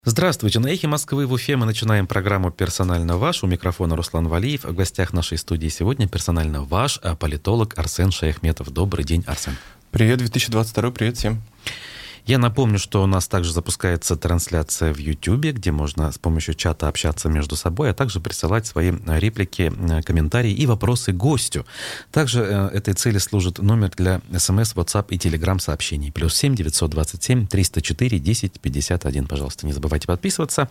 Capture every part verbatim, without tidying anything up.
Здравствуйте. На «Эхе Москвы» в Уфе мы начинаем программу «Персонально ваш». У микрофона Руслан Валиев. В гостях нашей студии сегодня персонально ваш политолог Арсен Шаяхметов. Добрый день, Арсен. Привет, две тысячи двадцать второй, привет всем. Я напомню, что у нас также запускается трансляция в Ютьюбе, где можно с помощью чата общаться между собой, а также присылать свои реплики, комментарии и вопросы гостю. Также этой цели служит номер для смс, WhatsApp и Telegram сообщений. Плюс семь девятьсот двадцать семь триста четыре десять пятьдесят один. Пожалуйста, не забывайте подписываться.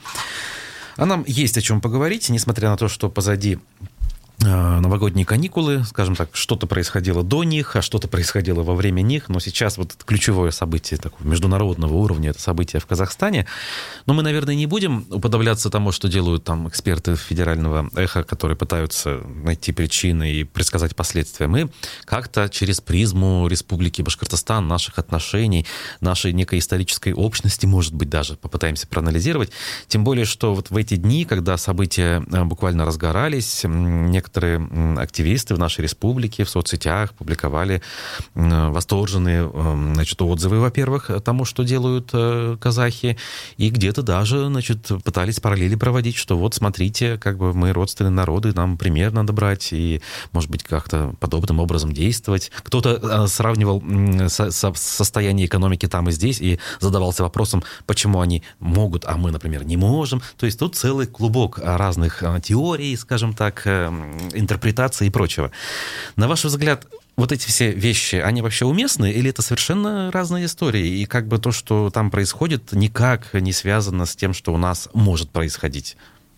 А нам есть о чем поговорить, несмотря на то, что позади новогодние каникулы, скажем так, что-то происходило до них, а что-то происходило во время них, но сейчас вот ключевое событие такого международного уровня, это событие в Казахстане. Но мы, наверное, не будем уподобляться тому, что делают там эксперты федерального эхо, которые пытаются найти причины и предсказать последствия. Мы как-то через призму Республики Башкортостан, наших отношений, нашей некой исторической общности, может быть, даже попытаемся проанализировать. Тем более, что вот в эти дни, когда события буквально разгорались, некоторые Некоторые активисты в нашей республике в соцсетях публиковали восторженные, значит, отзывы, во-первых, тому, что делают казахи, и где-то даже, значит, пытались параллели проводить, что вот смотрите, как бы мы родственные народы, нам пример надо брать и, может быть, как-то подобным образом действовать. Кто-то сравнивал состояние экономики там и здесь и задавался вопросом, почему они могут, а мы, например, не можем. То есть тут целый клубок разных теорий, скажем так, интерпретации и прочего. На ваш взгляд, вот эти все вещи, они вообще уместны или это совершенно разные истории? И как бы то, что там происходит, никак не связано с тем, что у нас может происходить?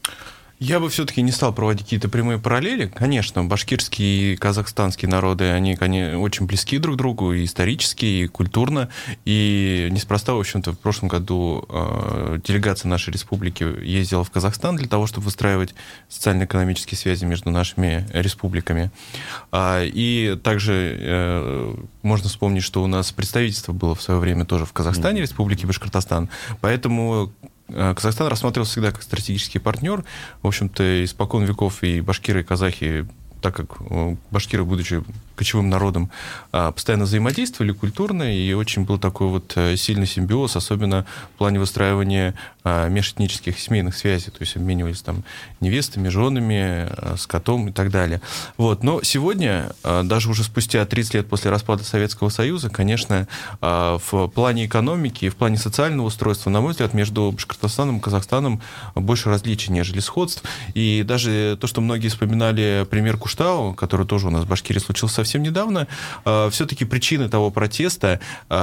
Я бы все-таки не стал проводить какие-то прямые параллели. Конечно, башкирские и казахстанские народы, они, они очень близки друг к другу и исторически, и культурно. И неспроста, в общем-то, в прошлом году э, делегация нашей республики ездила в Казахстан для того, чтобы выстраивать социально-экономические связи между нашими республиками. А, и также э, можно вспомнить, что у нас представительство было в свое время тоже в Казахстане, Республике Башкортостан. Поэтому Казахстан рассматривался всегда как стратегический партнер. В общем-то, испокон веков и башкиры, и казахи, так как башкиры, будучи кочевым народом, постоянно взаимодействовали культурно, и очень был такой вот сильный симбиоз, особенно в плане выстраивания межэтнических семейных связей, то есть обменивались там невестами, женами, скотом и так далее. Вот. Но сегодня, даже уже спустя тридцать лет после распада Советского Союза, конечно, в плане экономики и в плане социального устройства, на мой взгляд, между Башкортостаном и Казахстаном больше различий, нежели сходств. И даже то, что многие вспоминали пример Куштау, который тоже у нас в Башкирии случился совсем недавно, все-таки причины того протеста,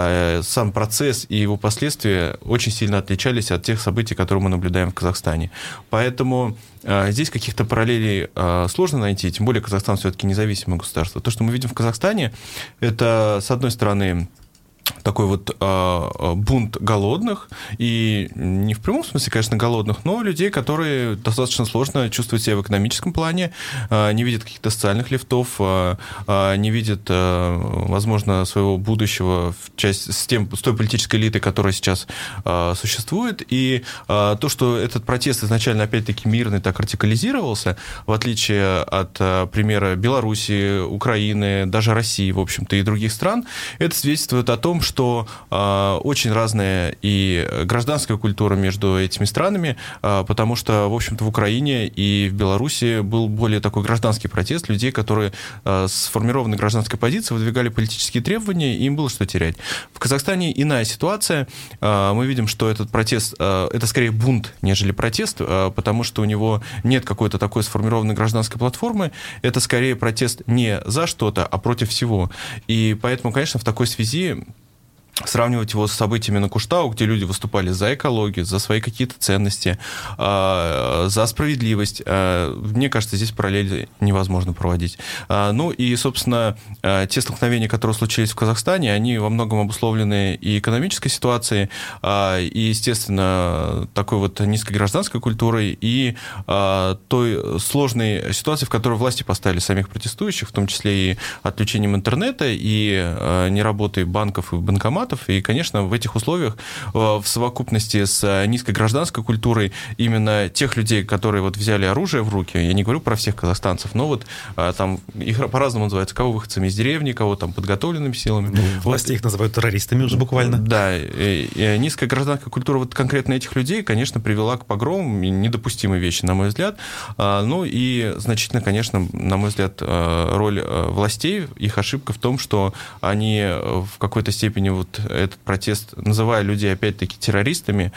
сам процесс и его последствия очень сильно отличались от тех событий, которые мы наблюдаем в Казахстане. Поэтому здесь каких-то параллелей сложно найти, тем более Казахстан все-таки независимое государство. То, что мы видим в Казахстане, это, с одной стороны, такой вот э, бунт голодных, и не в прямом смысле, конечно, голодных, но людей, которые достаточно сложно чувствуют себя в экономическом плане, э, не видят каких-то социальных лифтов, э, э, не видят, э, возможно, своего будущего в часть, с, тем, с той политической элитой, которая сейчас э, существует, и э, то, что этот протест изначально, опять-таки, мирный, так радикализировался, в отличие от э, примера Беларуси, Украины, даже России, в общем-то, и других стран, это свидетельствует о том, что э, очень разная и гражданская культура между этими странами, э, потому что, в общем-то, в Украине и в Беларуси был более такой гражданский протест людей, которые э, с сформированной гражданской позиции выдвигали политические требования, и им было что терять. В Казахстане иная ситуация. Э, мы видим, что этот протест, э, это скорее бунт, нежели протест, э, потому что у него нет какой-то такой сформированной гражданской платформы. Это скорее протест не за что-то, а против всего. И поэтому, конечно, в такой связи сравнивать его с событиями на Куштау, где люди выступали за экологию, за свои какие-то ценности, за справедливость. Мне кажется, здесь параллели невозможно проводить. Ну и, собственно, те столкновения, которые случились в Казахстане, они во многом обусловлены и экономической ситуацией, и, естественно, такой вот низкой гражданской культурой, и той сложной ситуацией, в которой власти поставили самих протестующих, в том числе и отключением интернета, и неработой банков и банкоматов, дипломатов. И, конечно, в этих условиях в совокупности с низкой гражданской культурой именно тех людей, которые вот взяли оружие в руки, я не говорю про всех казахстанцев, но вот там их по-разному называются, кого выходцами из деревни, кого там подготовленными силами. Ну, власти вот, их называют террористами уже буквально. Да, и, и низкая гражданская культура вот конкретно этих людей, конечно, привела к погромам, недопустимые вещи, на мой взгляд. Ну и значительно, конечно, на мой взгляд, роль властей, их ошибка в том, что они в какой-то степени вот этот протест, называя людей опять-таки террористами,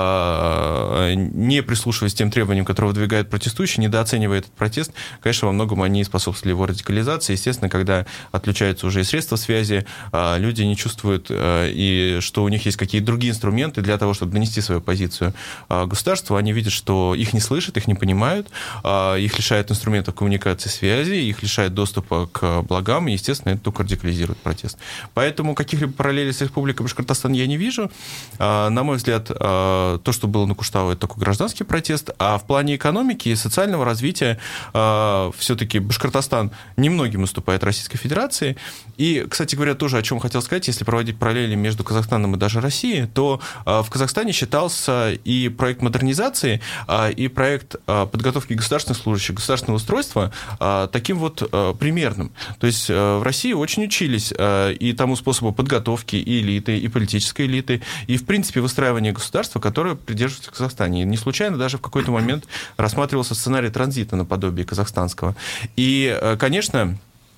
не прислушиваясь к тем требованиям, которые выдвигают протестующие, недооценивая этот протест, конечно, во многом они способствовали его радикализации. Естественно, когда отключаются уже и средства связи, люди не чувствуют, и что у них есть какие-то другие инструменты для того, чтобы донести свою позицию государству. Они видят, что их не слышат, их не понимают, их лишают инструментов коммуникации, связи, их лишают доступа к благам, и, естественно, это только радикализирует протест. Поэтому каких-либо параллелей с Республикой Башкортостан я не вижу. На мой взгляд, то, что было на Куштау, это такой гражданский протест, а в плане экономики и социального развития все-таки Башкортостан немногим уступает Российской Федерации. И, кстати говоря, тоже о чем хотел сказать, если проводить параллели между Казахстаном и даже Россией, то в Казахстане считался и проект модернизации, и проект подготовки государственных служащих, государственного устройства таким вот примерным. То есть в России очень учились и тому способу подготовки и элиты, и политической элиты, и, в принципе, выстраивания государства, которое придерживается в Казахстане. И не случайно даже в какой-то момент рассматривался сценарий транзита наподобие казахстанского. И, конечно,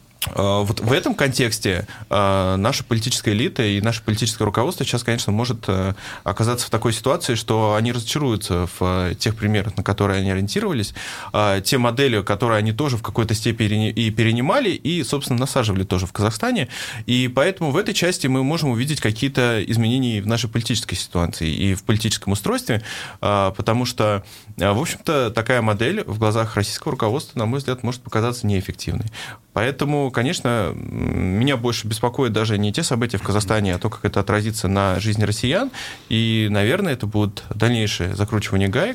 вот в этом контексте наша политическая элита и наше политическое руководство сейчас, конечно, может оказаться в такой ситуации, что они разочаруются в тех примерах, на которые они ориентировались, те модели, которые они тоже в какой-то степени и перенимали, и, собственно, насаживали тоже в Казахстане. И поэтому в этой части мы можем увидеть какие-то изменения в нашей политической ситуации и в политическом устройстве, потому что, в общем-то, такая модель в глазах российского руководства, на мой взгляд, может показаться неэффективной. Поэтому, конечно, меня больше беспокоит даже не те события в Казахстане, а то, как это отразится на жизни россиян. И, наверное, это будет дальнейшее закручивание гаек,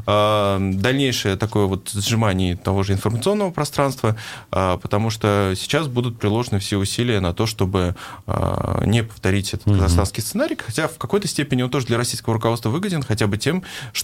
дальнейшее такое вот сжимание того же информационного пространства, потому что сейчас будут приложены все усилия на то, чтобы не повторить этот казахстанский сценарий, хотя в какой-то степени он тоже для российского руководства выгоден, хотя бы тем,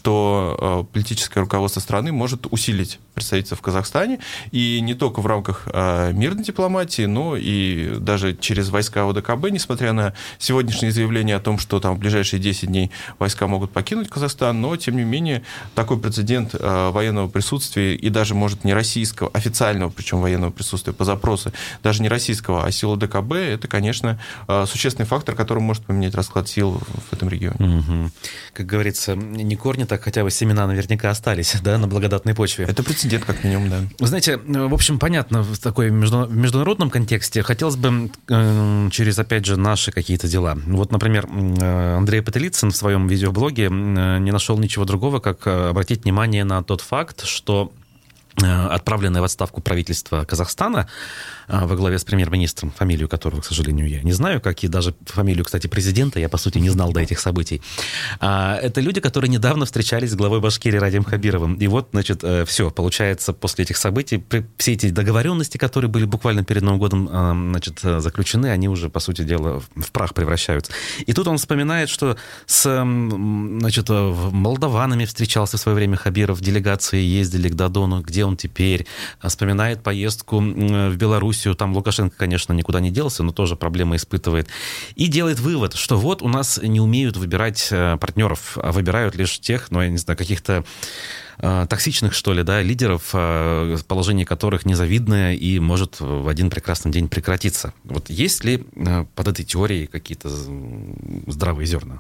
что политическое руководство страны может усилить представительство в Казахстане, и не только в рамках мирной дипломатии, но и даже через войска ОДКБ, несмотря на сегодняшнее заявление о том, что там в ближайшие десять дней войска могут покинуть Казахстан, но, тем не менее, такой прецедент военного присутствия и даже, может, не российского, официального, причем военного присутствия по запросу, даже не российского, а сил ОДКБ, это, конечно, существенный фактор, который может поменять расклад сил в этом регионе. Угу. Как говорится, не корни, так хотя бы семена наверняка остались, да, на благодатной почве. Это прецедент, как минимум, да. Вы знаете, в общем, понятно, в такой между, в международном контексте хотелось бы э, через, опять же, наши какие-то дела. Вот, например, Андрей Потылицын в своем видеоблоге не нашел ничего другого, как обратить внимание на тот факт, что отправленное в отставку правительство Казахстана во главе с премьер-министром, фамилию которого, к сожалению, я не знаю, как и даже фамилию, кстати, президента, я, по сути, не знал до этих событий. Это люди, которые недавно встречались с главой Башкирии Радием Хабировым. И вот, значит, все, получается, после этих событий, все эти договоренности, которые были буквально перед Новым годом, значит, заключены, они уже, по сути дела, в прах превращаются. И тут он вспоминает, что с, значит, молдаванами встречался в свое время Хабиров, делегации ездили к Додону, где он теперь, вспоминает поездку в Белоруссию, там Лукашенко, конечно, никуда не делся, но тоже проблемы испытывает, и делает вывод, что вот у нас не умеют выбирать партнеров, а выбирают лишь тех, ну, я не знаю, каких-то токсичных, что ли, да, лидеров, положение которых незавидное и может в один прекрасный день прекратиться. Вот есть ли под этой теорией какие-то здравые зерна?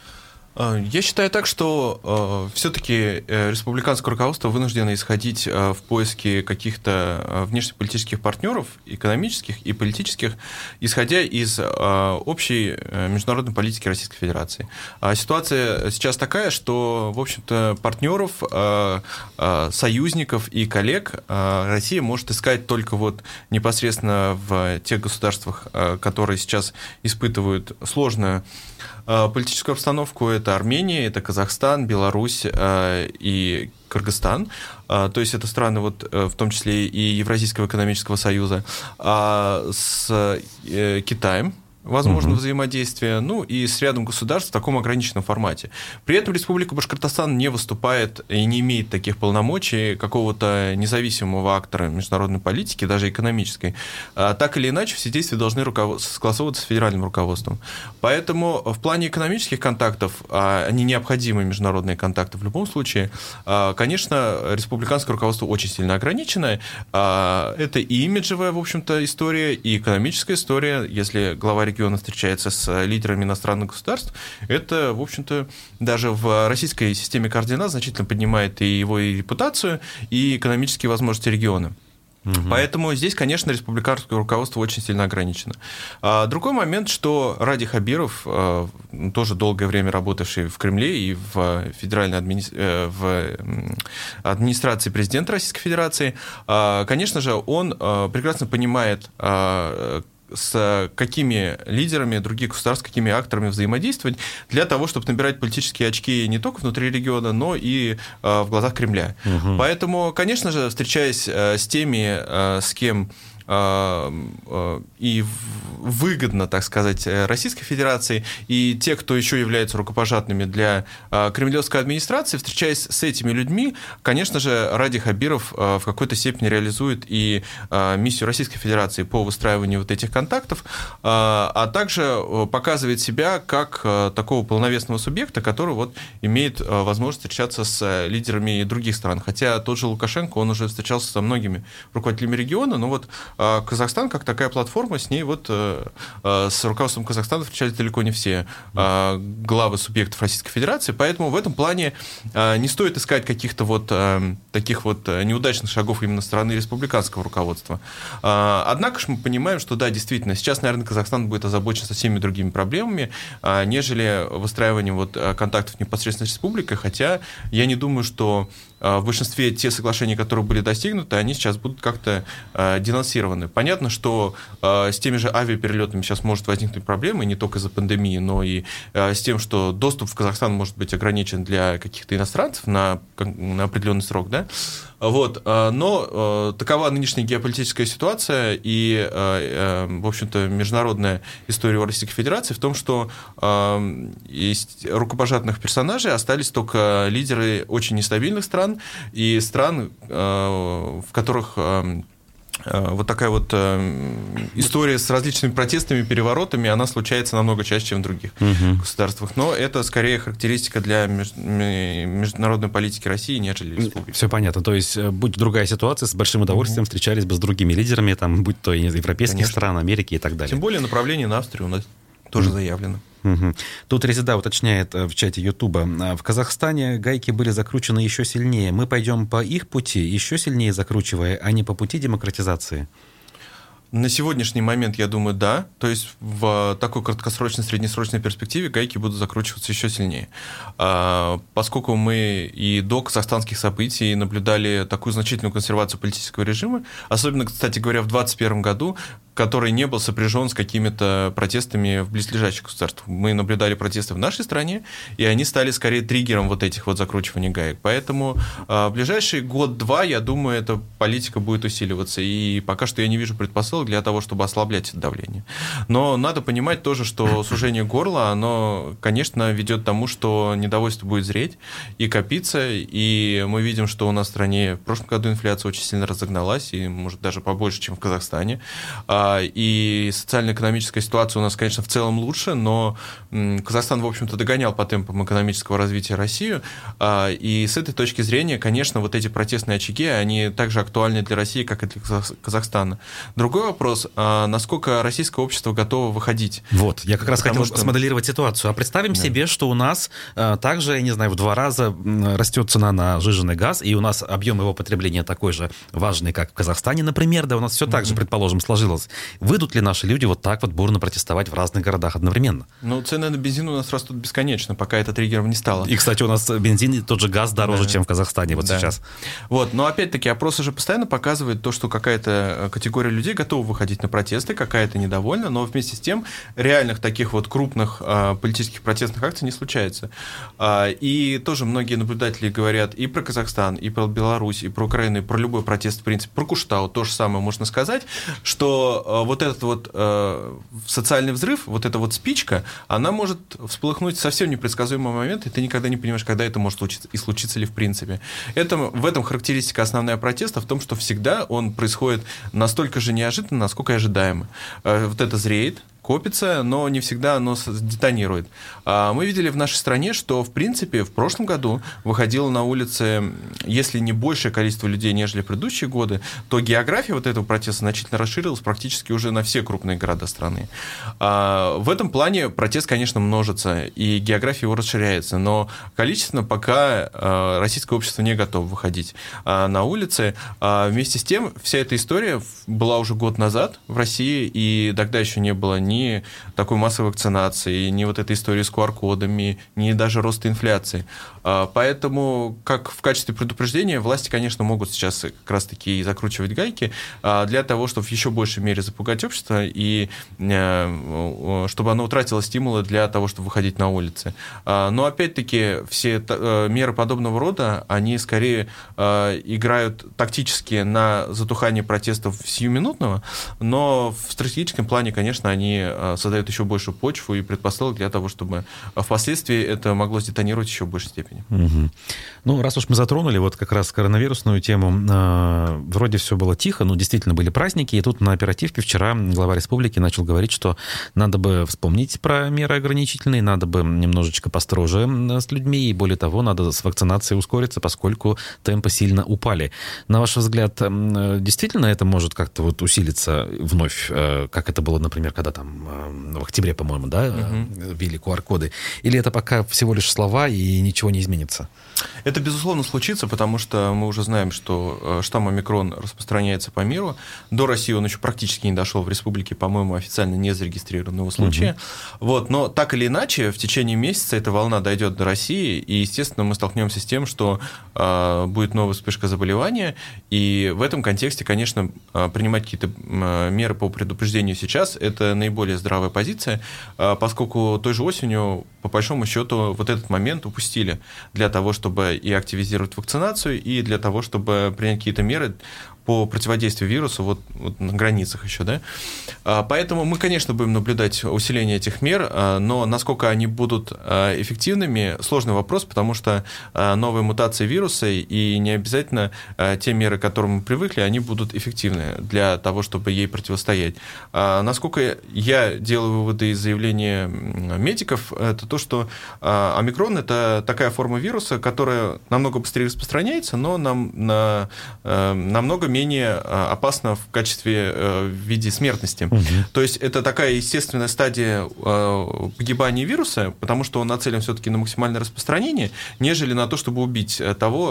Я считаю так, что э, все-таки э, республиканское руководство вынуждено исходить э, в поиске каких-то э, внешнеполитических партнеров, экономических и политических, исходя из э, общей э, международной политики Российской Федерации. А ситуация сейчас такая, что, в общем-то, партнеров, э, э, союзников и коллег э, Россия может искать только вот непосредственно в тех государствах, э, которые сейчас испытывают сложную политическую обстановку. Это Армения, это Казахстан, Беларусь э, и Кыргызстан. Э, то есть это страны, вот, э, в том числе и Евразийского экономического союза. А с э, Китаем возможно, угу. взаимодействие, ну и с рядом государств в таком ограниченном формате. При этом Республика Башкортостан не выступает и не имеет таких полномочий какого-то независимого актора международной политики, даже экономической. Так или иначе, все действия должны руковод... согласовываться с федеральным руководством. Поэтому в плане экономических контактов, они необходимы, международные контакты в любом случае, конечно, республиканское руководство очень сильно ограничено. Это и имиджевая, в общем-то, история, и экономическая история. Если глава региона встречается с лидерами иностранных государств, это, в общем-то, даже в российской системе координат значительно поднимает и его и репутацию, и экономические возможности региона. Угу. Поэтому здесь, конечно, республиканское руководство очень сильно ограничено. А другой момент, что Ради Хабиров, тоже долгое время работавший в Кремле и в федеральной админи... в администрации президента Российской Федерации, конечно же, он прекрасно понимает, с какими лидерами других государств, с какими акторами взаимодействовать для того, чтобы набирать политические очки не только внутри региона, но и э, в глазах Кремля. Угу. Поэтому, конечно же, встречаясь э, с теми, э, с кем и выгодно, так сказать, Российской Федерации, и те, кто еще являются рукопожатными для кремлевской администрации, встречаясь с этими людьми, конечно же, Ради Хабиров в какой-то степени реализует и миссию Российской Федерации по выстраиванию вот этих контактов, а также показывает себя как такого полновесного субъекта, который вот имеет возможность встречаться с лидерами других стран. Хотя тот же Лукашенко, он уже встречался со многими руководителями региона, но вот Казахстан, как такая платформа, с ней вот с руководством Казахстана встречались далеко не все главы субъектов Российской Федерации, поэтому в этом плане не стоит искать каких-то вот таких вот неудачных шагов именно со стороны республиканского руководства. Однако же мы понимаем, что да, действительно, сейчас, наверное, Казахстан будет озабочен совсем другими проблемами, нежели выстраиванием вот контактов непосредственно с республикой, хотя я не думаю, что в большинстве те соглашения, которые были достигнуты, они сейчас будут как-то денонсированы. Понятно, что с теми же авиаперелетами сейчас может возникнуть проблемы, не только из-за пандемии, но и с тем, что доступ в Казахстан может быть ограничен для каких-то иностранцев на, на определенный срок, да? Вот. Но такова нынешняя геополитическая ситуация и, в общем-то, международная история Российской Федерации в том, что из рукопожатных персонажей остались только лидеры очень нестабильных стран и стран, в которых вот такая вот история с различными протестами, переворотами, она случается намного чаще, чем в других угу. государствах. Но это скорее характеристика для международной политики России, нежели республики. Все понятно. То есть, будь другая ситуация, с большим удовольствием угу. встречались бы с другими лидерами, там, будь то из европейских Конечно. стран, Америки и так далее. Тем более направление на Австрию у нас тоже угу. заявлено. Угу. Тут Резида уточняет в чате Ютуба: в Казахстане гайки были закручены еще сильнее. Мы пойдем по их пути, еще сильнее закручивая, а не по пути демократизации? На сегодняшний момент, я думаю, да. То есть в такой краткосрочной, среднесрочной перспективе гайки будут закручиваться еще сильнее. Поскольку мы и до казахстанских событий наблюдали такую значительную консервацию политического режима, особенно, кстати говоря, в двадцать первом году, который не был сопряжен с какими-то протестами в близлежащих государствах. Мы наблюдали протесты в нашей стране, и они стали скорее триггером вот этих вот закручиваний гаек. Поэтому в ближайший год-два, я думаю, эта политика будет усиливаться. И пока что я не вижу предпосылок для того, чтобы ослаблять это давление. Но надо понимать тоже, что сужение горла, оно, конечно, ведет к тому, что недовольство будет зреть и копиться. И мы видим, что у нас в стране в прошлом году инфляция очень сильно разогналась, и, может, даже побольше, чем в Казахстане. И социально-экономическая ситуация у нас, конечно, в целом лучше, но Казахстан, в общем-то, догонял по темпам экономического развития Россию. И с этой точки зрения, конечно, вот эти протестные очаги, они также актуальны для России, как и для Казахстана. Другой вопрос, насколько российское общество готово выходить. Вот, я как раз Потому хотел что... смоделировать ситуацию. А представим да. себе, что у нас также, я не знаю, в два раза растет цена на сжиженный газ, и у нас объем его потребления такой же важный, как в Казахстане, например, да, у нас все mm-hmm. так же, предположим, сложилось. Выйдут ли наши люди вот так вот бурно протестовать в разных городах одновременно? Ну, цены на бензин у нас растут бесконечно, пока это триггером не стало. И, кстати, у нас бензин и тот же газ дороже, да. чем в Казахстане вот да. сейчас. Вот, но опять-таки опросы же постоянно показывают то, что какая-то категория людей готова выходить на протесты, какая-то недовольна, но вместе с тем реальных таких вот крупных а, политических протестных акций не случается. А, и тоже многие наблюдатели говорят и про Казахстан, и про Беларусь, и про Украину, и про любой протест, в принципе, про Куштау, то же самое можно сказать, что что вот этот вот социальный взрыв, вот эта вот спичка, она может всплыхнуть в совсем непредсказуемый момент, и ты никогда не понимаешь, когда это может случиться, и случится ли в принципе. Это, в этом характеристика основная протеста, в том, что всегда он происходит настолько же неожиданно, насколько и ожидаемо. Вот это зреет, копится, но не всегда оно детонирует. Мы видели в нашей стране, что, в принципе, в прошлом году выходило на улицы, если не большее количество людей, нежели в предыдущие годы, то география вот этого протеста значительно расширилась практически уже на все крупные города страны. В этом плане протест, конечно, множится, и география его расширяется, но количественно пока российское общество не готово выходить на улицы. Вместе с тем, вся эта история была уже год назад в России, и тогда еще не было ни ни такой массовой вакцинации, ни вот этой истории с ку ар кодами, ни даже роста инфляции. Поэтому, как в качестве предупреждения, власти, конечно, могут сейчас как раз-таки закручивать гайки для того, чтобы в еще большей мере запугать общество и чтобы оно утратило стимулы для того, чтобы выходить на улицы. Но, опять-таки, все меры подобного рода, они скорее играют тактически на затухание протестов сиюминутного, но в стратегическом плане, конечно, они создают еще большую почву и предпосылок для того, чтобы впоследствии это могло сдетонировать в еще большей степени. Угу. Ну, раз уж мы затронули вот как раз коронавирусную тему, э, вроде все было тихо, но действительно были праздники, и тут на оперативке вчера глава республики начал говорить, что надо бы вспомнить про меры ограничительные, надо бы немножечко построже с людьми, и более того, надо с вакцинацией ускориться, поскольку темпы сильно упали. На ваш взгляд, действительно это может как-то вот усилиться вновь, как это было, например, когда там в октябре, по-моему, да, угу. ввели ку ар коды? Или это пока всего лишь слова и ничего не изменится? Это, безусловно, случится, потому что мы уже знаем, что штамм омикрон распространяется по миру. До России он еще практически не дошел. В республике, по-моему, официально не зарегистрированного случая. Угу. Вот. Но так или иначе, в течение месяца эта волна дойдет до России, и, естественно, мы столкнемся с тем, что э, будет новая вспышка заболевания. И в этом контексте, конечно, принимать какие-то меры по предупреждению сейчас – это наиболее здравая позиция, поскольку той же осенью, по большому счету, вот этот момент упустили для того, чтобы и активизировать вакцинацию, и для того, чтобы принять какие-то меры по противодействию вирусу вот, вот на границах еще, да. Поэтому мы, конечно, будем наблюдать усиление этих мер, но насколько они будут эффективными, сложный вопрос, потому что новые мутации вируса и не обязательно те меры, к которым мы привыкли, они будут эффективны для того, чтобы ей противостоять. Насколько я делаю выводы из заявления медиков, это то, что омикрон – это такая форма вируса, которая намного быстрее распространяется, но нам, на, намного менее опасно в качестве, в виде смертности. Угу. То есть это такая естественная стадия погибания вируса, потому что он нацелен все-таки на максимальное распространение, нежели на то, чтобы убить того,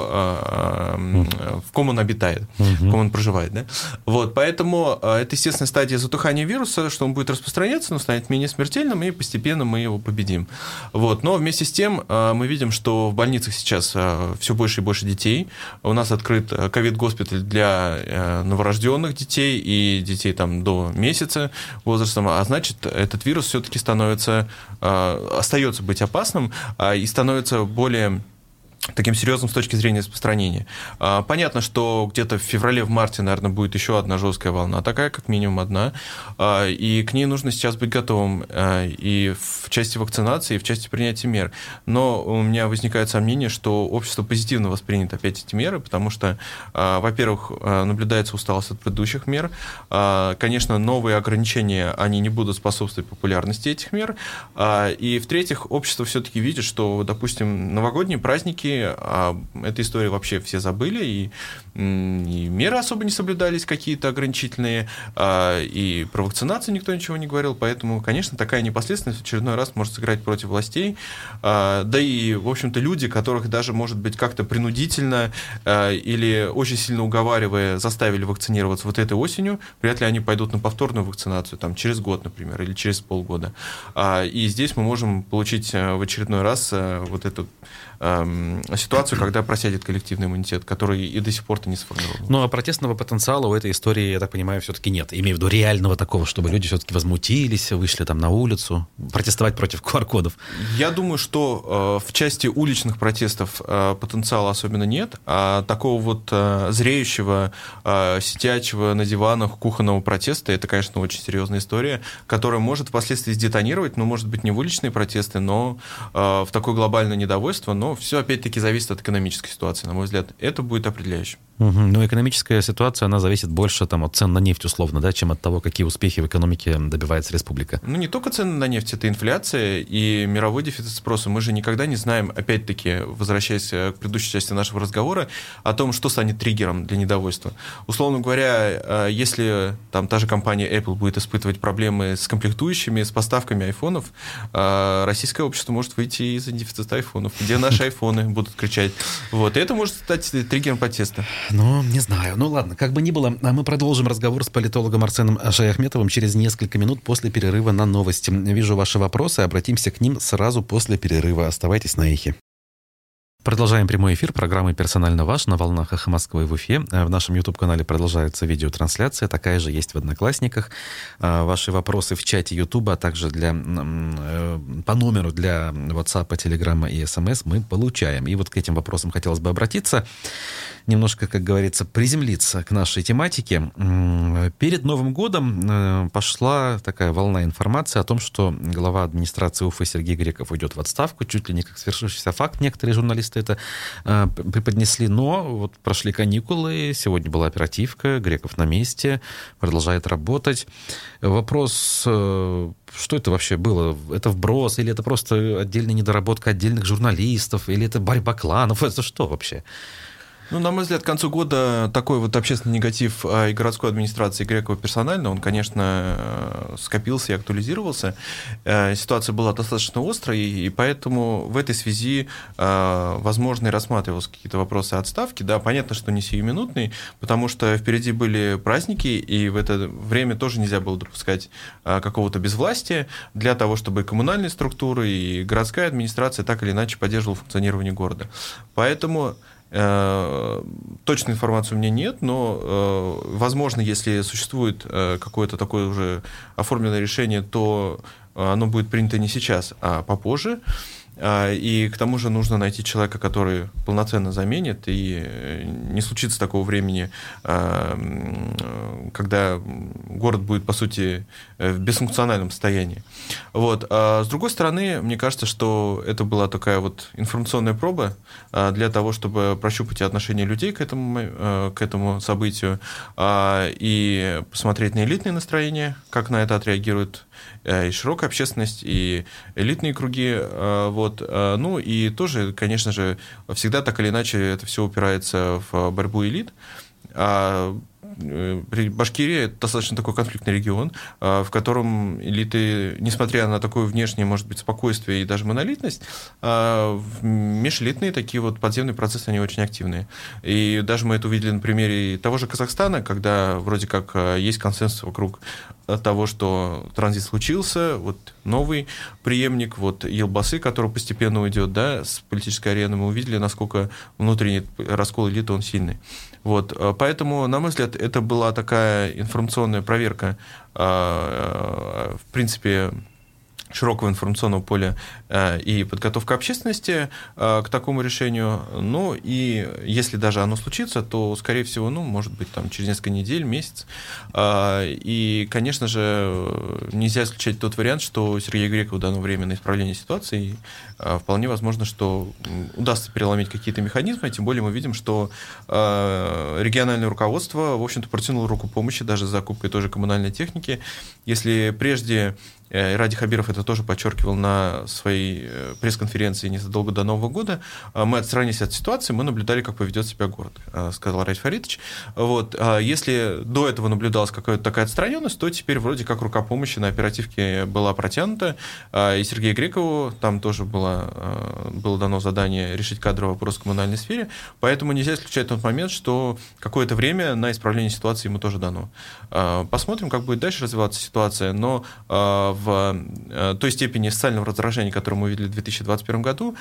в ком он обитает, угу. в ком он проживает. Да? Вот, поэтому это естественная стадия затухания вируса, что он будет распространяться, но станет менее смертельным, и постепенно мы его победим. Вот. Но вместе с тем мы видим, что в больницах сейчас все больше и больше детей. У нас открыт ковид-госпиталь для новорожденных детей и детей там до месяца возрастом, а значит, этот вирус все-таки становится, остается быть опасным и становится более таким серьезным с точки зрения распространения. Понятно, что где-то в феврале, в марте, наверное, будет еще одна жесткая волна, такая, как минимум одна, и к ней нужно сейчас быть готовым и в части вакцинации, и в части принятия мер. Но у меня возникает сомнение, что общество позитивно воспринято опять эти меры, потому что, во-первых, наблюдается усталость от предыдущих мер, конечно, новые ограничения, они не будут способствовать популярности этих мер, и, в-третьих, общество все-таки видит, что, допустим, новогодние праздники, а этой истории вообще все забыли, и, и меры особо не соблюдались какие-то ограничительные, а, и про вакцинацию никто ничего не говорил, поэтому, конечно, такая непоследственность в очередной раз может сыграть против властей, а, да и, в общем-то, люди, которых даже, может быть, как-то принудительно а, или очень сильно уговаривая заставили вакцинироваться вот этой осенью, вряд ли они пойдут на повторную вакцинацию там, через год, например, или через полгода. А, и здесь мы можем получить в очередной раз а, вот эту э, ситуацию, когда просядет коллективный иммунитет, который и до сих пор-то не сформирован. Ну, а протестного потенциала у этой истории, я так понимаю, все-таки нет. Имею в виду реального такого, чтобы люди все-таки возмутились, вышли там на улицу, протестовать против ку ар кодов. Я думаю, что э, в части уличных протестов э, потенциала особенно нет, а такого вот э, зреющего, э, сидячего на диванах кухонного протеста, это, конечно, очень серьезная история, которая может впоследствии сдетонировать, ну, может быть, не в уличные протесты, но э, в такое глобальное недовольство, но все, опять-таки, зависит от экономической ситуации, на мой взгляд. Это будет определяющим. Угу. Но экономическая ситуация, она зависит больше там, от цен на нефть, условно, да, чем от того, какие успехи в экономике добивается республика. Ну, не только цены на нефть, это инфляция и мировой дефицит спроса. Мы же никогда не знаем, опять-таки, возвращаясь к предыдущей части нашего разговора, о том, что станет триггером для недовольства. Условно говоря, если там та же компания Apple будет испытывать проблемы с комплектующими, с поставками айфонов, российское общество может выйти из-за дефицита айфонов, где наши айфоны будут кричать. Вот. И это может стать триггером протеста. Ну, не знаю. Ну, ладно, как бы ни было, мы продолжим разговор с политологом Арсеном Шаяхметовым через несколько минут после перерыва на новости. Вижу ваши вопросы, обратимся к ним сразу после перерыва. Оставайтесь на эхе. Продолжаем прямой эфир программы «Персонально ваш» на волнах «Эхо Москвы» в Уфе. В нашем YouTube-канале продолжается видеотрансляция, такая же есть в Одноклассниках. Ваши вопросы в чате YouTube, а также для, по номеру для WhatsApp, Telegram и эс эм эс мы получаем. И вот к этим вопросам хотелось бы обратиться, немножко, как говорится, приземлиться к нашей тематике. Перед Новым годом пошла такая волна информации о том, что глава администрации Уфы Сергей Греков уйдет в отставку, чуть ли не как свершившийся факт. Некоторые журналисты это э, преподнесли, но вот прошли каникулы, сегодня была оперативка, Греков на месте, продолжает работать. Вопрос, э, что это вообще было? Это вброс, или это просто отдельная недоработка отдельных журналистов, или это борьба кланов? Это что вообще? Ну, на мой взгляд, к концу года такой вот общественный негатив и городской администрации Грекова персонально, он, конечно, скопился и актуализировался. Ситуация была достаточно острой, и поэтому в этой связи, возможно, и рассматривались какие-то вопросы отставки. Да, понятно, что не сиюминутный, потому что впереди были праздники, и в это время тоже нельзя было допускать какого-то безвластия для того, чтобы коммунальные структуры и городская администрация так или иначе поддерживала функционирование города. Поэтому точной информации у меня нет, но, возможно, если существует какое-то такое уже оформленное решение, то оно будет принято не сейчас, а попозже. И к тому же нужно найти человека, который полноценно заменит, и не случится такого времени, когда город будет, по сути, в бесфункциональном состоянии. Вот. А с другой стороны, мне кажется, что это была такая вот информационная проба для того, чтобы прощупать отношение людей к этому, к этому событию и посмотреть на элитные настроения, как на это отреагирует и широкая общественность, и элитные круги. Вот. Ну и тоже, конечно же, всегда так или иначе это все упирается в борьбу элит. Башкирия — это достаточно такой конфликтный регион, в котором элиты, несмотря на такое внешнее, может быть, спокойствие и даже монолитность, межэлитные такие вот подземные процессы, они очень активные. И даже мы это увидели на примере того же Казахстана, когда вроде как есть консенсус вокруг того, что транзит случился, вот новый преемник, вот Елбасы, который постепенно уйдет, да, с политической арены, мы увидели, насколько внутренний раскол элиты, он сильный. Вот, поэтому, на мой взгляд, это была такая информационная проверка, в принципе, широкого информационного поля и подготовка общественности к такому решению. Ну и если даже оно случится, то, скорее всего, ну, может быть, там, через несколько недель, месяц. И, конечно же, нельзя исключать тот вариант, что Сергею Грекову дано время на исправление ситуации. И вполне возможно, что удастся переломить какие-то механизмы. Тем более мы видим, что региональное руководство, в общем-то, протянуло руку помощи даже с закупкой той же коммунальной техники. Если прежде Ради Хабиров это тоже подчеркивал на своей пресс-конференции незадолго до Нового года. Мы отстранились от ситуации, мы наблюдали, как поведет себя город, сказал Ради Фаритович. Вот. Если до этого наблюдалась какая-то такая отстраненность, то теперь вроде как рука помощи на оперативке была протянута. И Сергею Грекову там тоже было, было дано задание решить кадровый вопрос в коммунальной сфере. Поэтому нельзя исключать тот момент, что какое-то время на исправление ситуации ему тоже дано. Посмотрим, как будет дальше развиваться ситуация. Но в в той степени социального раздражения, которое мы видели в две тысячи двадцать первом году,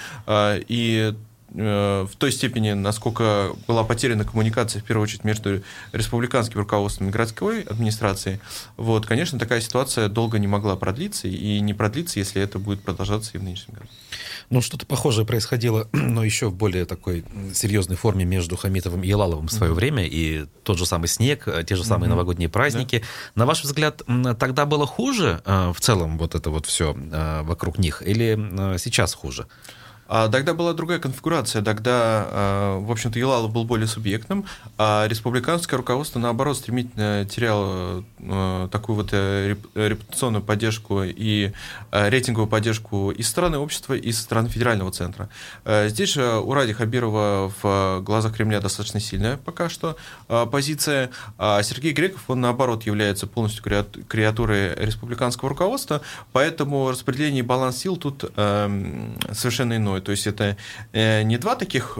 и в той степени, насколько была потеряна коммуникация, в первую очередь, между республиканским руководством и городской администрацией, вот, конечно, такая ситуация долго не могла продлиться и не продлится, если это будет продолжаться и в нынешнем году. Ну, что-то похожее происходило, но еще в более такой серьезной форме между Хамитовым и Елаловым в свое mm-hmm. время, и тот же самый снег, те же самые mm-hmm. новогодние праздники. Yeah. На ваш взгляд, тогда было хуже в целом вот это вот все вокруг них, или сейчас хуже? А тогда была другая конфигурация, тогда, в общем-то, Елалов был более субъектным, а республиканское руководство, наоборот, стремительно теряло такую вот репутационную поддержку и рейтинговую поддержку и со стороны общества, и со стороны федерального центра. Здесь же у Ради Хабирова в глазах Кремля достаточно сильная пока что позиция, а Сергей Греков, он, наоборот, является полностью креатурой республиканского руководства, поэтому распределение и баланс сил тут совершенно иное. То есть это не два таких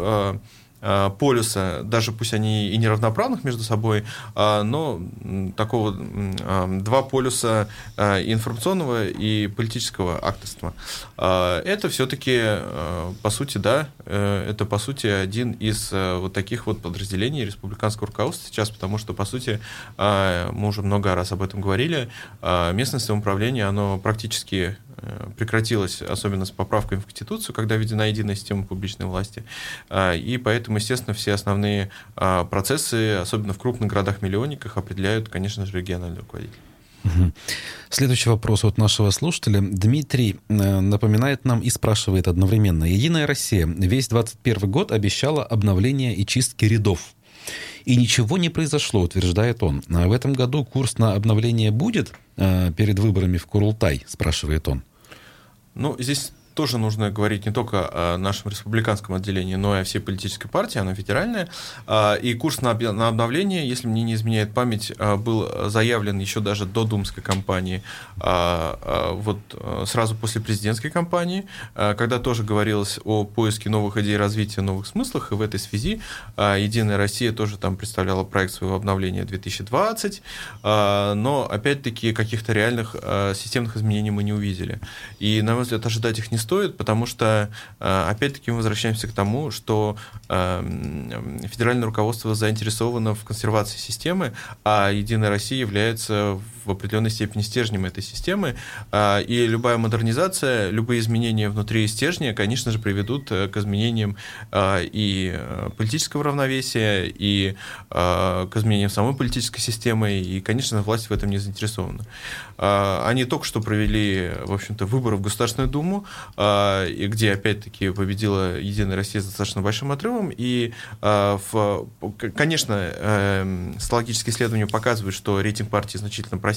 полюса, даже пусть они и неравноправных между собой, но такого два полюса информационного и политического акторства. Это все-таки, по сути, да, это, по сути, один из вот таких вот подразделений республиканского руководства сейчас, потому что, по сути, мы уже много раз об этом говорили, местное самоуправление, оно практически прекратилось, особенно с поправками в Конституцию, когда введена единая система публичной власти, и поэтому, естественно, все основные процессы, особенно в крупных городах-миллионниках, определяют, конечно же, региональные руководители. Следующий вопрос от нашего слушателя. Дмитрий напоминает нам и спрашивает одновременно. «Единая Россия весь двадцать первый год обещала обновление и чистки рядов. И ничего не произошло», утверждает он. «А в этом году курс на обновление будет перед выборами в Курултай?» спрашивает он. Ну, здесь тоже нужно говорить не только о нашем республиканском отделении, но и о всей политической партии, она федеральная. И курс на обновление, если мне не изменяет память, был заявлен еще даже до думской кампании, вот сразу после президентской кампании, когда тоже говорилось о поиске новых идей развития, новых смыслах, и в этой связи «Единая Россия» тоже там представляла проект своего обновления две тысячи двадцать, но, опять-таки, каких-то реальных системных изменений мы не увидели. И, на мой взгляд, ожидать их не стоит, потому что, опять-таки, мы возвращаемся к тому, что федеральное руководство заинтересовано в консервации системы, а «Единая Россия» является в определенной степени стержнем этой системы, и любая модернизация, любые изменения внутри стержня, конечно же, приведут к изменениям и политического равновесия, и к изменениям самой политической системы, и, конечно, власть в этом не заинтересована. Они только что провели, в общем-то, выборы в Государственную Думу, и где, опять-таки, победила «Единая Россия» с достаточно большим отрывом, и, в, конечно, социологические исследования показывают, что рейтинг партии значительно просел,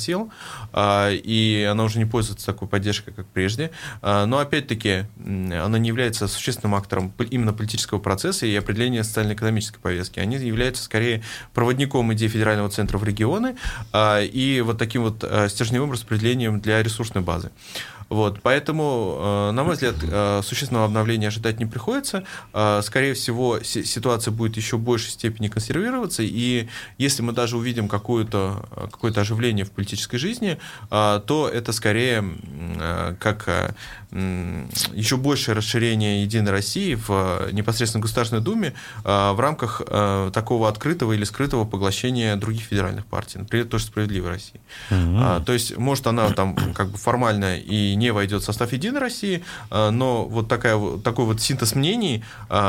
и она уже не пользуется такой поддержкой, как прежде, но, опять-таки, она не является существенным актором именно политического процесса и определения социально-экономической повестки. Они являются, скорее, проводником идей федерального центра в регионы и вот таким вот стержневым распределением для ресурсной базы. Вот, поэтому, на мой взгляд, существенного обновления ожидать не приходится. Скорее всего, ситуация будет еще в большей степени консервироваться, и если мы даже увидим какое-то, какое-то оживление в политической жизни, то это скорее как еще большее расширение «Единой России» в непосредственно Государственной Думе в рамках такого открытого или скрытого поглощения других федеральных партий, например, тоже «Справедливой России». Mm-hmm. То есть, может, она там как бы формально и не войдет в состав «Единой России», но вот такая, такой вот синтез мнений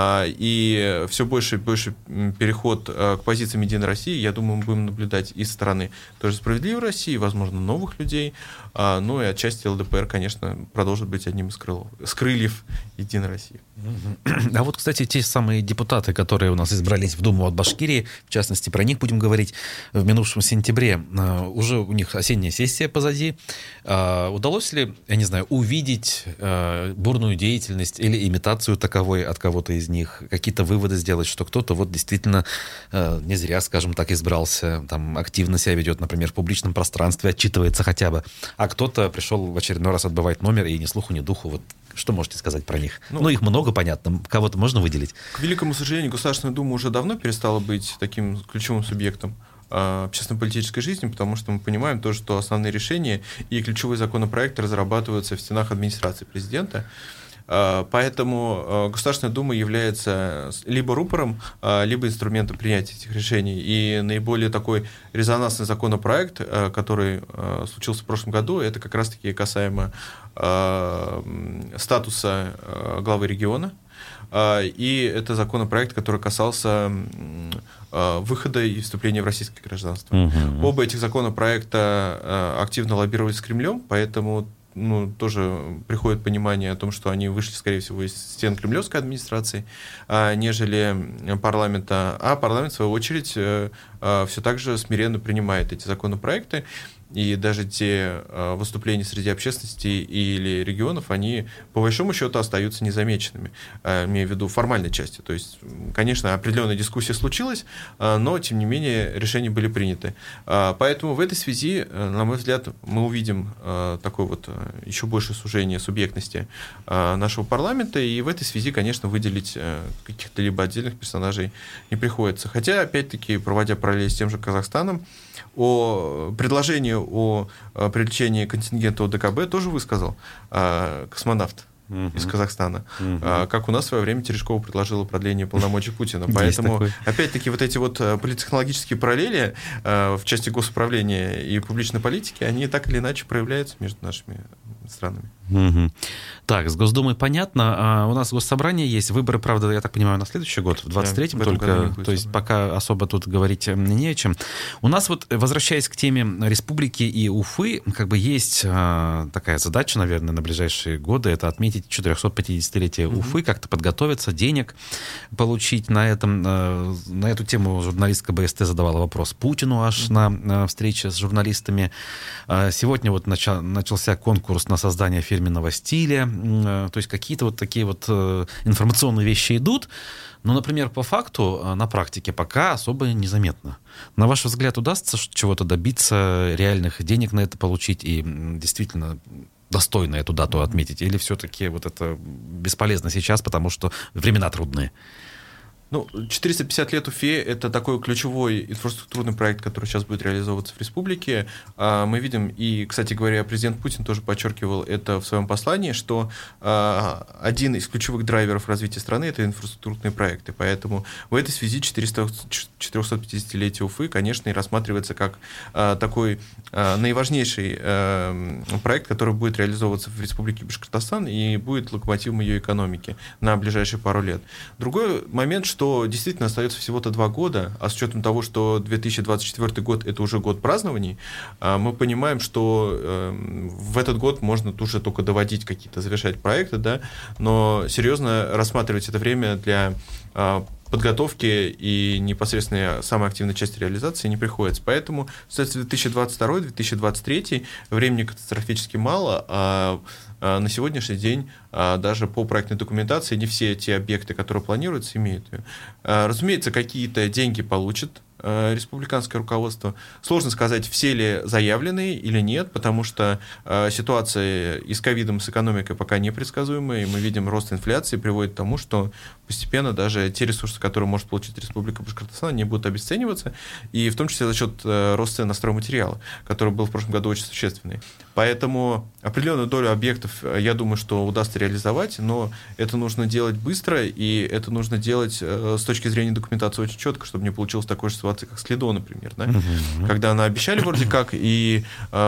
и все больше и больше переход к позициям «Единой России», я думаю, мы будем наблюдать и со стороны тоже «Справедливой России», возможно, новых людей, ну и отчасти ЛДПР, конечно, продолжит быть одним из крыльев, с крыльев «Единой России». А вот, кстати, те самые депутаты, которые у нас избрались в Думу от Башкирии, в частности, про них будем говорить в минувшем сентябре, уже у них осенняя сессия позади. Удалось ли, я не знаю, увидеть бурную деятельность или имитацию таковой от кого-то из них, какие-то выводы сделать, что кто-то вот действительно не зря, скажем так, избрался, там активно себя ведет, например, в публичном пространстве, отчитывается хотя бы, а кто-то пришел в очередной раз отбывать номер и ни слуху, ни духу. Вот что можете сказать про них? Ну, ну, их много, понятно. Кого-то можно выделить? К великому сожалению, Государственная Дума уже давно перестала быть таким ключевым субъектом общественно-политической жизни, потому что мы понимаем то, что основные решения и ключевые законопроекты разрабатываются в стенах администрации президента. Поэтому Государственная Дума является либо рупором, либо инструментом принятия этих решений. И наиболее такой резонансный законопроект, который случился в прошлом году, это как раз-таки касаемо статуса главы региона. И это законопроект, который касался выхода и вступления в российское гражданство. Угу. Оба этих законопроекта активно лоббировались с Кремлем, поэтому ну, тоже приходит понимание о том, что они вышли, скорее всего, из стен кремлевской администрации, а, нежели парламента. А парламент, в свою очередь, а, а, все так же смиренно принимает эти законопроекты. И даже те а, выступления среди общественности или регионов, они, по большому счету, остаются незамеченными, а, имею в виду формальной части. То есть, конечно, определенная дискуссия случилась, а, но, тем не менее, решения были приняты. А, поэтому в этой связи, на мой взгляд, мы увидим а, такое вот еще большее сужение субъектности а, нашего парламента, и в этой связи, конечно, выделить а, каких-то либо отдельных персонажей не приходится. Хотя, опять-таки, проводя параллель с тем же Казахстаном, о предложении о привлечении контингента ОДКБ тоже высказал а, космонавт uh-huh. из Казахстана. Uh-huh. А, как у нас в свое время Терешкова предложила продление полномочий Путина. Поэтому, опять-таки, вот эти вот политтехнологические параллели а, в части госуправления и публичной политики, они так или иначе проявляются между нашими странами. Угу. Так, с Госдумой понятно. А у нас госсобрание есть. Выборы, правда, я так понимаю, на следующий год, в двадцать третьем да, только. То есть пока особо тут говорить не о чем. У нас вот, возвращаясь к теме республики и Уфы, как бы есть а, такая задача, наверное, на ближайшие годы, это отметить четырехсот-пятидесятилетие угу. Уфы, как-то подготовиться, денег получить на этом. А, на эту тему журналистка Бэ Эс Тэ задавала вопрос Путину аж угу. на, на встрече с журналистами. А, сегодня вот начал, начался конкурс на создание фирменного стиля, то есть какие-то вот такие вот информационные вещи идут, но, например, по факту, на практике пока особо незаметно. На ваш взгляд, удастся чего-то добиться, реальных денег на это получить и действительно достойно эту дату отметить? Или все-таки вот это бесполезно сейчас, потому что времена трудные? Ну, четыреста пятьдесят лет Уфе – это такой ключевой инфраструктурный проект, который сейчас будет реализовываться в республике. Мы видим, и, кстати говоря, президент Путин тоже подчеркивал это в своем послании, что один из ключевых драйверов развития страны – это инфраструктурные проекты. Поэтому в этой связи четырехсот-пятидесятилетие Уфы, конечно, и рассматривается как такой наиважнейший проект, который будет реализовываться в республике Башкортостан и будет локомотивом ее экономики на ближайшие пару лет. Другой момент, что что действительно остается всего-то два года, а с учетом того, что две тысячи двадцать четвёртый год – это уже год празднований, мы понимаем, что в этот год можно уже только доводить какие-то, завершать проекты, да, но серьезно рассматривать это время для подготовки и непосредственно самой активной части реализации не приходится. Поэтому, кстати, две тысячи двадцать второй - две тысячи двадцать третий времени катастрофически мало, а на сегодняшний день даже по проектной документации не все те объекты, которые планируются, имеют ее. Разумеется, какие-то деньги получат республиканское руководство. Сложно сказать, все ли заявленные или нет, потому что э, ситуация и с ковидом, и с экономикой пока непредсказуемая, и мы видим рост инфляции, приводит к тому, что постепенно даже те ресурсы, которые может получить Республика Башкортостан, не будут обесцениваться, и в том числе за счет э, роста цен на стройматериалы, который был в прошлом году очень существенный. Поэтому определенную долю объектов, я думаю, что удастся реализовать, но это нужно делать быстро, и это нужно делать э, с точки зрения документации очень четко, чтобы не получилось такой же ситуации, как с Лидо, например, да? uh-huh. когда она обещали вроде как, и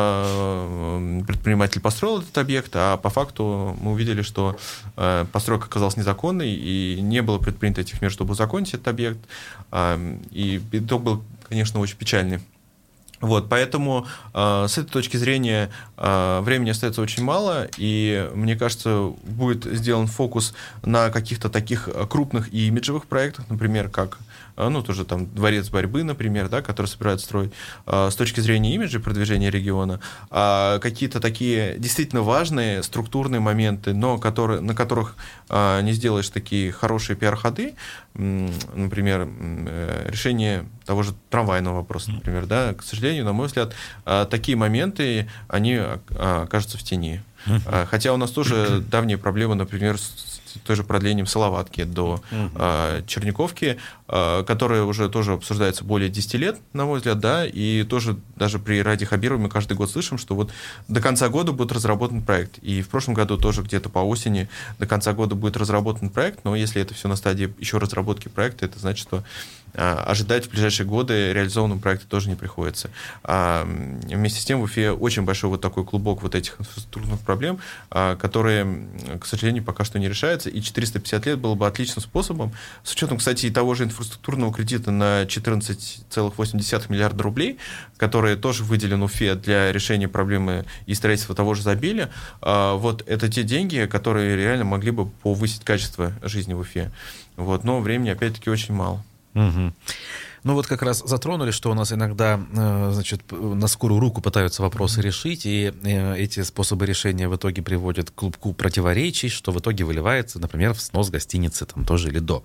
э, предприниматель построил этот объект, а по факту мы увидели, что э, постройка оказалась незаконной, и не было предпринято этих мер, чтобы узаконить этот объект, э, и итог был, конечно, очень печальный. Вот, поэтому э, с этой точки зрения э, времени остается очень мало, и, мне кажется, будет сделан фокус на каких-то таких крупных и имиджевых проектах, например, как ну, тоже там дворец борьбы, например, да, который собирают строить, э, с точки зрения имиджа продвижения региона, а какие-то такие действительно важные структурные моменты, но которые, на которых э, не сделаешь такие хорошие пиар-ходы, м, например, э, решение того же трамвайного вопроса, например, да, к сожалению, на мой взгляд, э, такие моменты, они э, окажутся в тени. Хотя у нас тоже давние проблемы, например, с той же продлением Салаватки до uh-huh. э, Черниковки, э, которая уже тоже обсуждается более десяти лет, на мой взгляд, да, и тоже даже при Раде Хабирове мы каждый год слышим, что вот до конца года будет разработан проект. И в прошлом году тоже где-то по осени до конца года будет разработан проект, но если это все на стадии еще разработки проекта, это значит, что а, ожидать в ближайшие годы реализованного проекта тоже не приходится. А, вместе с тем в Уфе очень большой вот такой клубок вот этих инфраструктурных проблем, а, которые, к сожалению, пока что не решаются, и четыреста пятьдесят лет было бы отличным способом, с учетом, кстати, и того же инфраструктурного кредита на четырнадцать целых восемь десятых миллиарда рублей, который тоже выделен Уфе для решения проблемы и строительства того же Забеля, а, вот это те деньги, которые реально могли бы повысить качество жизни в Уфе. Вот, но времени, опять-таки, очень мало. Угу. Ну вот как раз затронули, что у нас иногда, значит, на скорую руку пытаются вопросы решить, и эти способы решения в итоге приводят к клубку противоречий, что в итоге выливается, например, в снос гостиницы там тоже или до.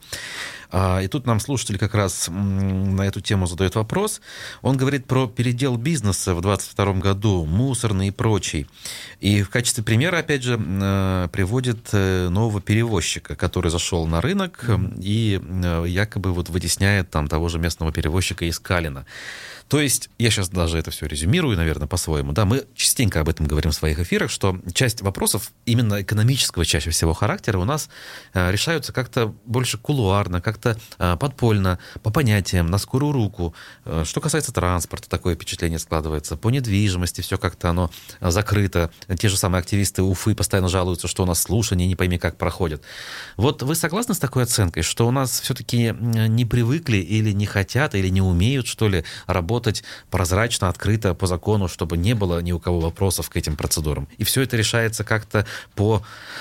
И тут нам слушатель как раз на эту тему задает вопрос. Он говорит про передел бизнеса в двадцать втором году, мусорный и прочий. И в качестве примера, опять же, приводит нового перевозчика, который зашел на рынок и якобы вот вытесняет там того же местного перевозчика из Калина. То есть, я сейчас даже это все резюмирую, наверное, по-своему. Да, мы частенько об этом говорим в своих эфирах, что часть вопросов именно экономического чаще всего характера у нас э, решаются как-то больше кулуарно, как-то э, подпольно, по понятиям, на скорую руку. Э, что касается транспорта, такое впечатление складывается. По недвижимости все как-то оно закрыто. Те же самые активисты Уфы постоянно жалуются, что у нас слушания не пойми как проходят. Вот вы согласны с такой оценкой, что у нас все-таки не привыкли или не хотят, или не умеют, что ли, работать прозрачно, открыто, по закону, чтобы не было ни у кого вопросов к этим процедурам. И все это решается как-то по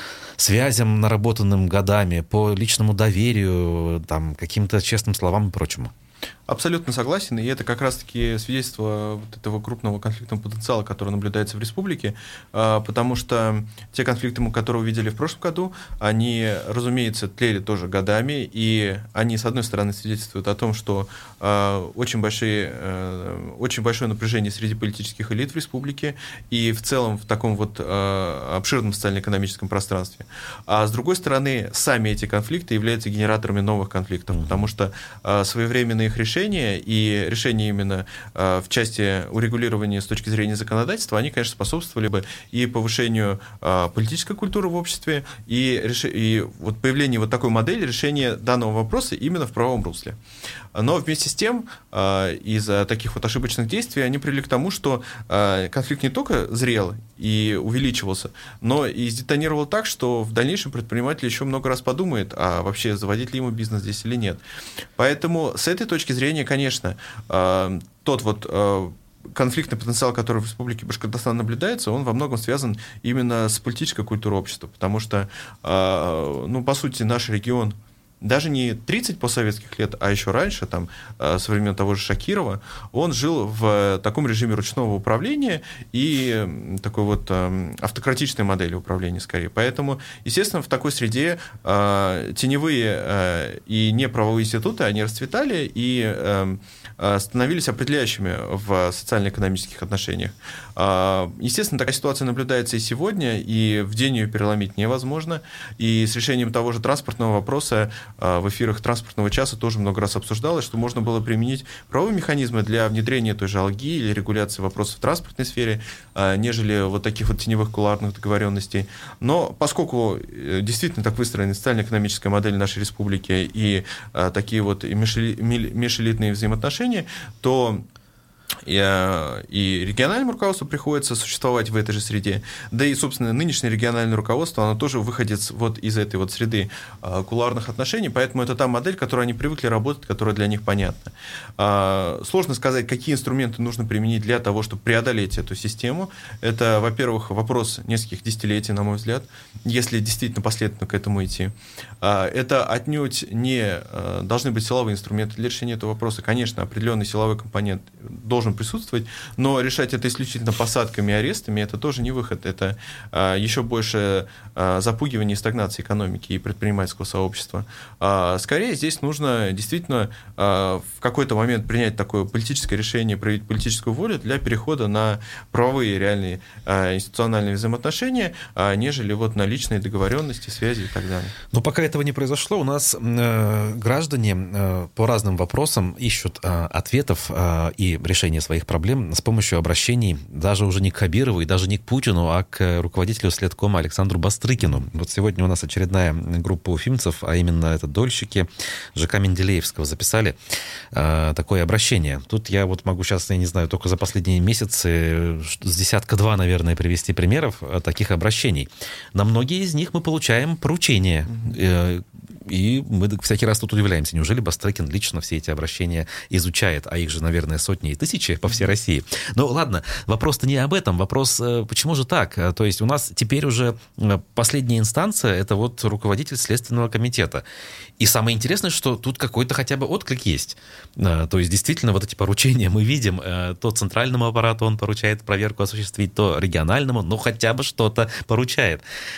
связям, наработанным годами, по личному доверию, там, каким-то честным словам и прочему. Абсолютно согласен, и это как раз-таки свидетельство вот этого крупного конфликтного потенциала, который наблюдается в республике, потому что те конфликты, которые мы видели в прошлом году, они, разумеется, тлели тоже годами, и они, с одной стороны, свидетельствуют о том, что очень, большие, очень большое напряжение среди политических элит в республике и в целом в таком вот обширном социально-экономическом пространстве. А с другой стороны, сами эти конфликты являются генераторами новых конфликтов, потому что своевременные их решения и решения именно э, в части урегулирования с точки зрения законодательства, они, конечно, способствовали бы и повышению э, политической культуры в обществе, и, реш... и вот появлению вот такой модели решения данного вопроса именно в правовом русле. Но вместе с тем, э, из-за таких вот ошибочных действий, они привели к тому, что э, конфликт не только зрел и увеличивался, но и сдетонировал так, что в дальнейшем предприниматель еще много раз подумает, а вообще заводить ли ему бизнес здесь или нет. Поэтому с этой точки зрения, конечно, тот вот конфликтный потенциал, который в Республике Башкортостан наблюдается, он во многом связан именно с политической культурой общества, потому что, ну, по сути, наш регион даже не тридцать постсоветских лет, а еще раньше, там, со времен того же Шакирова, он жил в таком режиме ручного управления и такой вот автократичной модели управления, скорее. Поэтому, естественно, в такой среде теневые и неправовые институты, они расцветали и становились определяющими в социально-экономических отношениях. Естественно, такая ситуация наблюдается и сегодня, и в день ее переломить невозможно. И с решением того же транспортного вопроса в эфирах транспортного часа тоже много раз обсуждалось, что можно было применить правовые механизмы для внедрения той же алги или регуляции вопросов в транспортной сфере, нежели вот таких вот теневых кулуарных договоренностей. Но поскольку действительно так выстроена социально-экономическая модель нашей республики и такие вот межэлитные взаимоотношения, то И, и региональному руководству приходится существовать в этой же среде. Да и, собственно, нынешнее региональное руководство, оно тоже выходит вот из этой вот среды а, кулуарных отношений, поэтому это та модель, которой они привыкли работать, которая для них понятна. А, сложно сказать, какие инструменты нужно применить для того, чтобы преодолеть эту систему. Это, во-первых, вопрос нескольких десятилетий, на мой взгляд, если действительно последовательно к этому идти. А, это отнюдь не а, должны быть силовые инструменты для решения этого вопроса. Конечно, определенный силовой компонент должен должен присутствовать, но решать это исключительно посадками и арестами, это тоже не выход. Это а, еще больше а, запугивание и стагнации экономики и предпринимательского сообщества. А, скорее здесь нужно действительно а, в какой-то момент принять такое политическое решение, проявить политическую волю для перехода на правовые реальные а, институциональные взаимоотношения, а, нежели вот на личные договоренности, связи и так далее. Но пока этого не произошло, у нас э, граждане э, по разным вопросам ищут э, ответов э, и решения своих проблем с помощью обращений даже уже не к Хабирову и даже не к Путину, а к руководителю следкома Александру Бастрыкину. Вот сегодня у нас очередная группа уфимцев, а именно это дольщики ЖК Менделеевского, записали э, такое обращение. Тут я вот могу сейчас, я не знаю, только за последние месяцы с десятка-два, наверное, привести примеров таких обращений. На многие из них мы получаем поручения. Mm-hmm. И мы всякий раз тут удивляемся, неужели Бастрыкин лично все эти обращения изучает, а их же, наверное, сотни и тысячи по всей России. Ну ладно, вопрос-то не об этом, вопрос, почему же так? То есть у нас теперь уже последняя инстанция, это вот руководитель Следственного комитета. И самое интересное, что тут какой-то хотя бы отклик есть. То есть действительно вот эти поручения мы видим, то центральному аппарату он поручает проверку осуществить, то региональному, но хотя бы что-то поручает.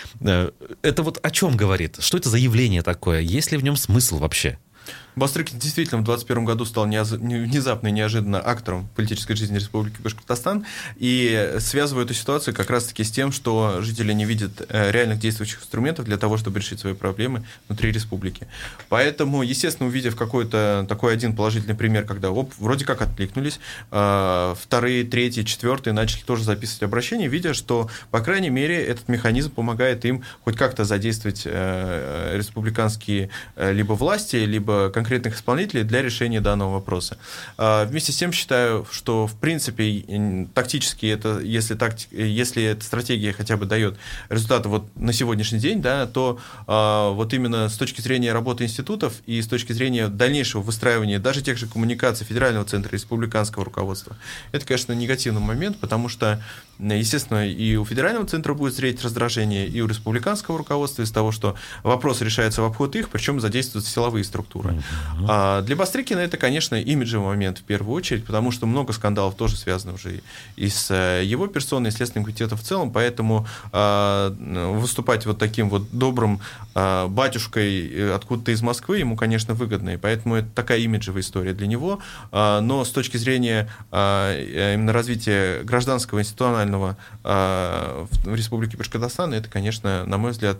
Это вот о чем говорит? Что это за явление такое? Есть ли в нем смысл вообще? Бастрыкин действительно в двадцать первом году стал внезапно и неожиданно актором политической жизни Республики Башкортостан и связывает эту ситуацию как раз-таки с тем, что жители не видят реальных действующих инструментов для того, чтобы решить свои проблемы внутри республики. Поэтому, естественно, увидев какой-то такой один положительный пример, когда оп, вроде как откликнулись, вторые, третьи, четвертые начали тоже записывать обращения, видя, что, по крайней мере, этот механизм помогает им хоть как-то задействовать республиканские либо власти, либо конкретных исполнителей для решения данного вопроса. Вместе с тем считаю, что в принципе тактически это, если, такти, если эта стратегия хотя бы дает результаты вот на сегодняшний день, да, то вот именно с точки зрения работы институтов и с точки зрения дальнейшего выстраивания даже тех же коммуникаций федерального центра, республиканского руководства, это, конечно, негативный момент, потому что, естественно, и у федерального центра будет зреть раздражение, и у республиканского руководства из-за того, что вопрос решается в обход их, причем задействуются силовые структуры. Uh-huh. А для Бастрыкина это, конечно, имиджевый момент в первую очередь, потому что много скандалов тоже связано уже и с его персоной, и с Следственным комитетом в целом, поэтому а, выступать вот таким вот добрым а, батюшкой откуда-то из Москвы ему, конечно, выгодно, и поэтому это такая имиджевая история для него, а, но с точки зрения а, именно развития гражданского институционального а, в Республике Башкортостан, это, конечно, на мой взгляд,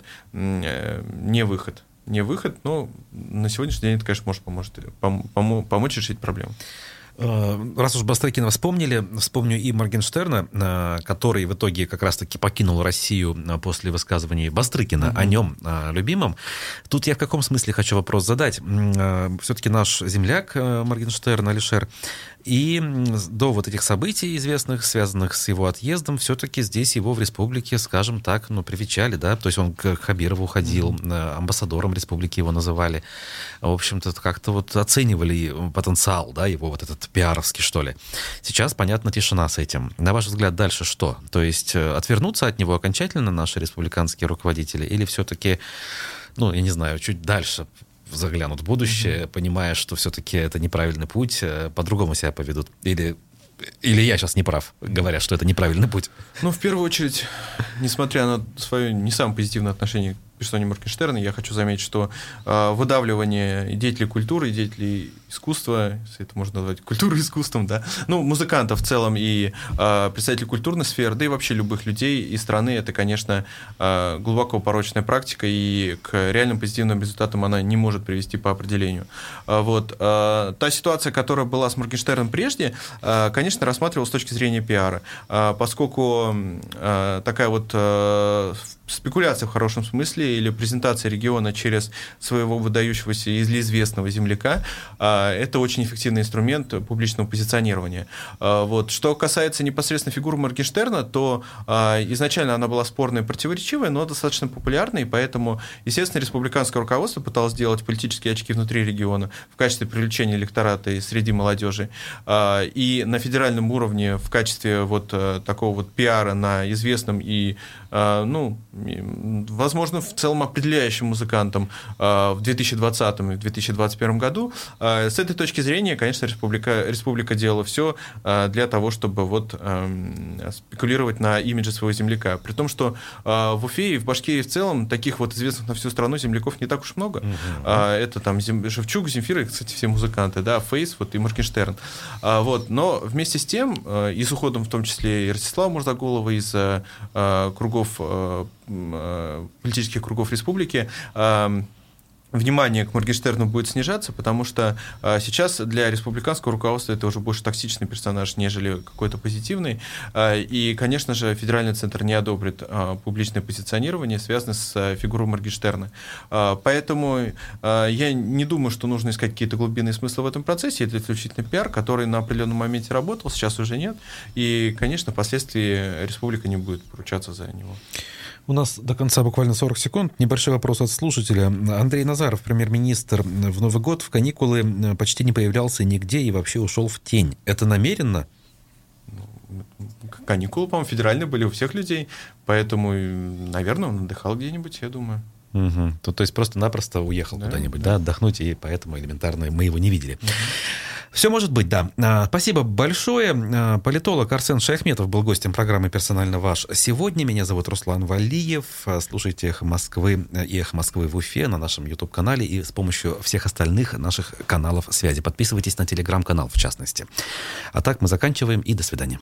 не выход. Не выход, но на сегодняшний день это, конечно, может поможет, пом- помочь решить проблему. Раз уж Бастрыкина вспомнили, вспомню и Моргенштерна, который в итоге как раз-таки покинул Россию после высказываний Бастрыкина mm-hmm. о нем любимом. Тут я в каком смысле хочу вопрос задать. Все-таки наш земляк Моргенштерн, Алишер, и до вот этих событий известных, связанных с его отъездом, все-таки здесь его в республике, скажем так, ну, привечали, да, то есть он к Хабирову ходил, mm-hmm. амбассадором республики его называли, в общем-то, как-то вот оценивали потенциал, да, его вот этот пиаровский, что ли. Сейчас, понятно, тишина с этим. На ваш взгляд, дальше что? То есть отвернуться от него окончательно наши республиканские руководители или все-таки, ну, я не знаю, чуть дальше заглянут в будущее, mm-hmm. понимая, что все-таки это неправильный путь, по-другому себя поведут? Или, или я сейчас не прав, говоря, что это неправильный путь? Ну, в первую очередь, несмотря на свое не самое позитивное отношение к персоне Моргенштерна, я хочу заметить, что э, выдавливание и деятелей культуры, и деятелей искусства, если это можно назвать культурой искусством, да, ну, музыкантов в целом и э, представителей культурной сферы, да и вообще любых людей и страны, это, конечно, э, глубоко порочная практика, и к реальным позитивным результатам она не может привести по определению. Э, вот, э, та ситуация, которая была с Моргенштерном прежде, э, конечно, рассматривалась с точки зрения пиара, э, поскольку э, такая вот э, спекуляция в хорошем смысле или презентация региона через своего выдающегося или известного земляка, это очень эффективный инструмент публичного позиционирования. Вот. Что касается непосредственно фигуры Моргенштерна, то изначально она была спорная и противоречивая, но достаточно популярной, и поэтому, естественно, республиканское руководство пыталось сделать политические очки внутри региона в качестве привлечения электората и среди молодежи. И на федеральном уровне в качестве вот такого вот пиара на известном и, ну, возможно, в целом определяющим музыкантом в две тысячи двадцатом и в две тысячи двадцать первом году. С этой точки зрения, конечно, республика, республика делала все для того, чтобы вот спекулировать на имидже своего земляка. При том, что в Уфе и в Башкирии в целом таких вот известных на всю страну земляков не так уж много. Uh-huh. Это там Шевчук, Земфира, кстати, все музыканты, да, Фейс вот, и Моргенштерн. Вот. Но вместе с тем, и с уходом в том числе и Ростислава Мурзагулова из кругов, политических кругов республики, внимание к Моргенштерну будет снижаться, потому что а, сейчас для республиканского руководства это уже больше токсичный персонаж, нежели какой-то позитивный. А, и, конечно же, федеральный центр не одобрит а, публичное позиционирование, связанное с а, фигурой Моргенштерна. А, поэтому а, я не думаю, что нужно искать какие-то глубинные смыслы в этом процессе. Это исключительно пиар, который на определенном моменте работал, сейчас уже нет. И, конечно, впоследствии республика не будет поручаться за него. У нас до конца буквально сорок секунд. Небольшой вопрос от слушателя. Андрей Назаров, премьер-министр, в Новый год в каникулы почти не появлялся нигде и вообще ушел в тень. Это намеренно? Каникулы, по-моему, федеральные были у всех людей, поэтому, наверное, он отдыхал где-нибудь, я думаю. Угу. То, то есть просто-напросто уехал да, куда-нибудь, да. да, отдохнуть, и поэтому элементарно мы его не видели. Угу. Все может быть, да. Спасибо большое. Политолог Арсен Шаяхметов был гостем программы «Персонально ваш» сегодня. Меня зовут Руслан Валиев. Слушайте «Эхо Москвы» и «Эхо Москвы» в Уфе на нашем YouTube-канале и с помощью всех остальных наших каналов связи. Подписывайтесь на телеграм-канал, в частности. А так мы заканчиваем, и до свидания.